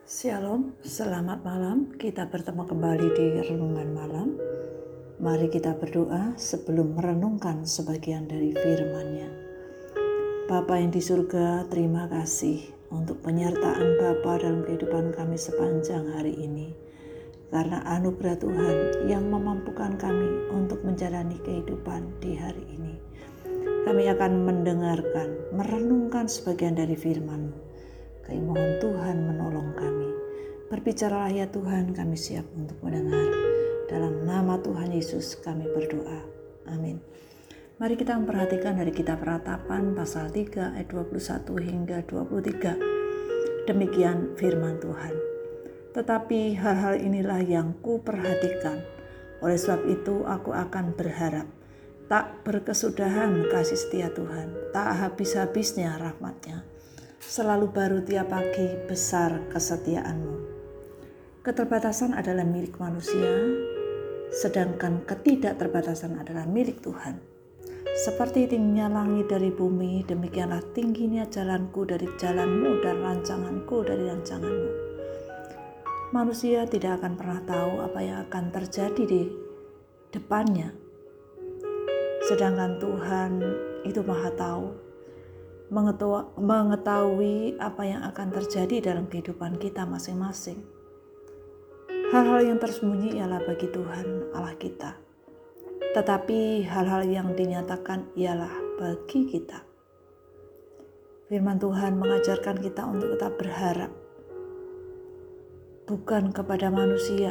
Shalom, selamat malam. Kita bertemu kembali di Renungan Malam. Mari kita berdoa sebelum merenungkan sebagian dari firman-Nya. Bapa yang di surga, terima kasih untuk penyertaan Bapa dalam kehidupan kami sepanjang hari ini. Karena anugerah Tuhan yang memampukan kami untuk menjalani kehidupan di hari ini. Kami akan mendengarkan, merenungkan sebagian dari firman-Mu. Kami mohon Tuhan menolong kami. Berbicaralah ya Tuhan, kami siap untuk mendengar. Dalam nama Tuhan Yesus kami berdoa. Amin. Mari kita memperhatikan dari kitab Ratapan pasal 3 ayat 21 hingga 23. Demikian firman Tuhan. Tetapi hal-hal inilah yang kuperhatikan. Oleh sebab itu aku akan berharap. Tak berkesudahan kasih setia Tuhan, tak habis-habisnya rahmat-Nya. Selalu baru tiap pagi, besar kesetiaan-Mu. Keterbatasan adalah milik manusia, sedangkan ketidakterbatasan adalah milik Tuhan. Seperti tingginya langit dari bumi, demikianlah tingginya jalanku dari jalan-Mu dan rancanganku dari rancangan-Mu. Manusia tidak akan pernah tahu apa yang akan terjadi di depannya, sedangkan Tuhan itu Maha Tahu, mengetahui apa yang akan terjadi dalam kehidupan kita masing-masing. Hal-hal yang tersembunyi ialah bagi Tuhan Allah kita, tetapi hal-hal yang dinyatakan ialah bagi kita. Firman Tuhan mengajarkan kita untuk tetap berharap, bukan kepada manusia,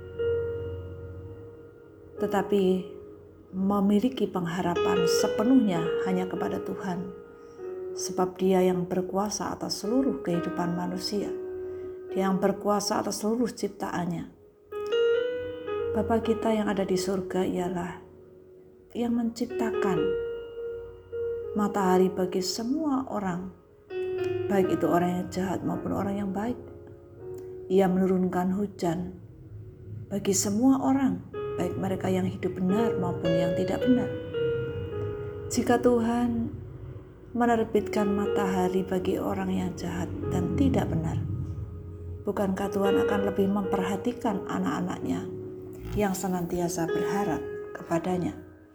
tetapi memiliki pengharapan sepenuhnya hanya kepada Tuhan. Sebab Dia yang berkuasa atas seluruh kehidupan manusia. Dia yang berkuasa atas seluruh ciptaannya. Bapa kita yang ada di surga ialah yang menciptakan matahari bagi semua orang, baik itu orang yang jahat maupun orang yang baik. Ia menurunkan hujan bagi semua orang, baik mereka yang hidup benar maupun yang tidak benar. Jika Tuhan menerbitkan matahari bagi orang yang jahat dan tidak benar, bukankah Tuhan akan lebih memperhatikan anak-anaknya yang senantiasa berharap kepadanya?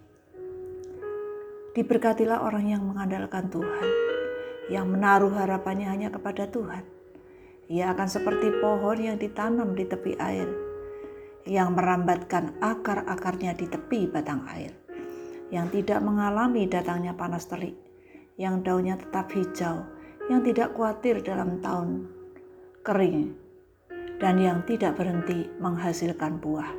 Diberkatilah orang yang mengandalkan Tuhan, yang menaruh harapannya hanya kepada Tuhan. Ia akan seperti pohon yang ditanam di tepi air, yang merambatkan akar-akarnya di tepi batang air, yang tidak mengalami datangnya panas terik, yang daunnya tetap hijau, yang tidak khawatir dalam tahun kering, dan yang tidak berhenti menghasilkan buah.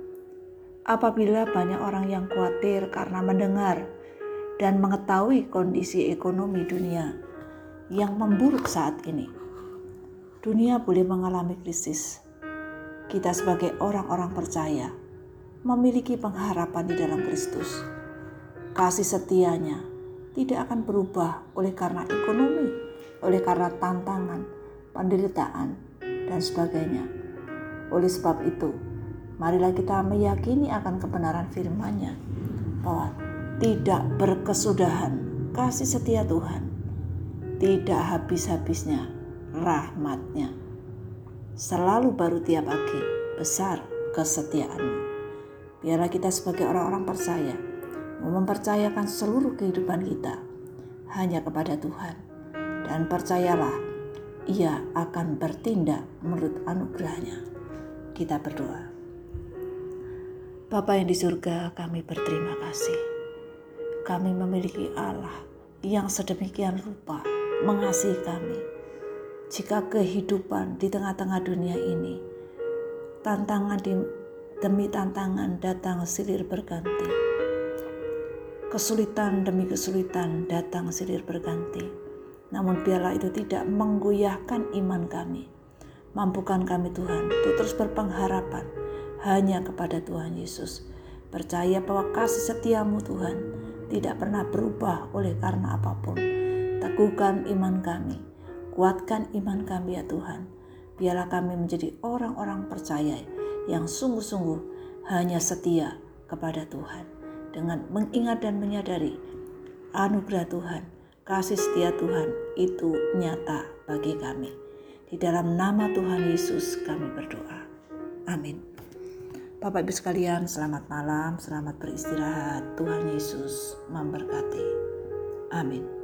Apabila banyak orang yang khawatir karena mendengar dan mengetahui kondisi ekonomi dunia yang memburuk saat ini, dunia boleh mengalami krisis. Kita sebagai orang-orang percaya memiliki pengharapan di dalam Kristus. Kasih setianya tidak akan berubah oleh karena ekonomi, oleh karena tantangan, penderitaan, dan sebagainya. Oleh sebab itu, marilah kita meyakini akan kebenaran firman-Nya, bahwa tidak berkesudahan kasih setia Tuhan, tidak habis-habisnya rahmat-Nya. Selalu baru tiap pagi, besar kesetiaan-Mu. Biarlah kita sebagai orang-orang percaya mempercayakan seluruh kehidupan kita hanya kepada Tuhan, dan percayalah Ia akan bertindak menurut anugerah-Nya. Kita berdoa. Bapa yang di surga, kami berterima kasih. Kami memiliki Allah yang sedemikian rupa mengasihi kami. Jika kehidupan di tengah-tengah dunia ini, tantangan demi tantangan datang silih berganti, kesulitan demi kesulitan datang silih berganti. Namun biarlah itu tidak menggoyahkan iman kami. Mampukan kami Tuhan untuk terus berpengharapan hanya kepada Tuhan Yesus. Percaya bahwa kasih setia-Mu Tuhan tidak pernah berubah oleh karena apapun. Teguhkan iman kami, kuatkan iman kami ya Tuhan. Biarlah kami menjadi orang-orang percaya yang sungguh-sungguh hanya setia kepada Tuhan, dengan mengingat dan menyadari anugerah Tuhan, kasih setia Tuhan itu nyata bagi kami. Di dalam nama Tuhan Yesus kami berdoa. Amin. Bapak Ibu sekalian, selamat malam, selamat beristirahat. Tuhan Yesus memberkati. Amin.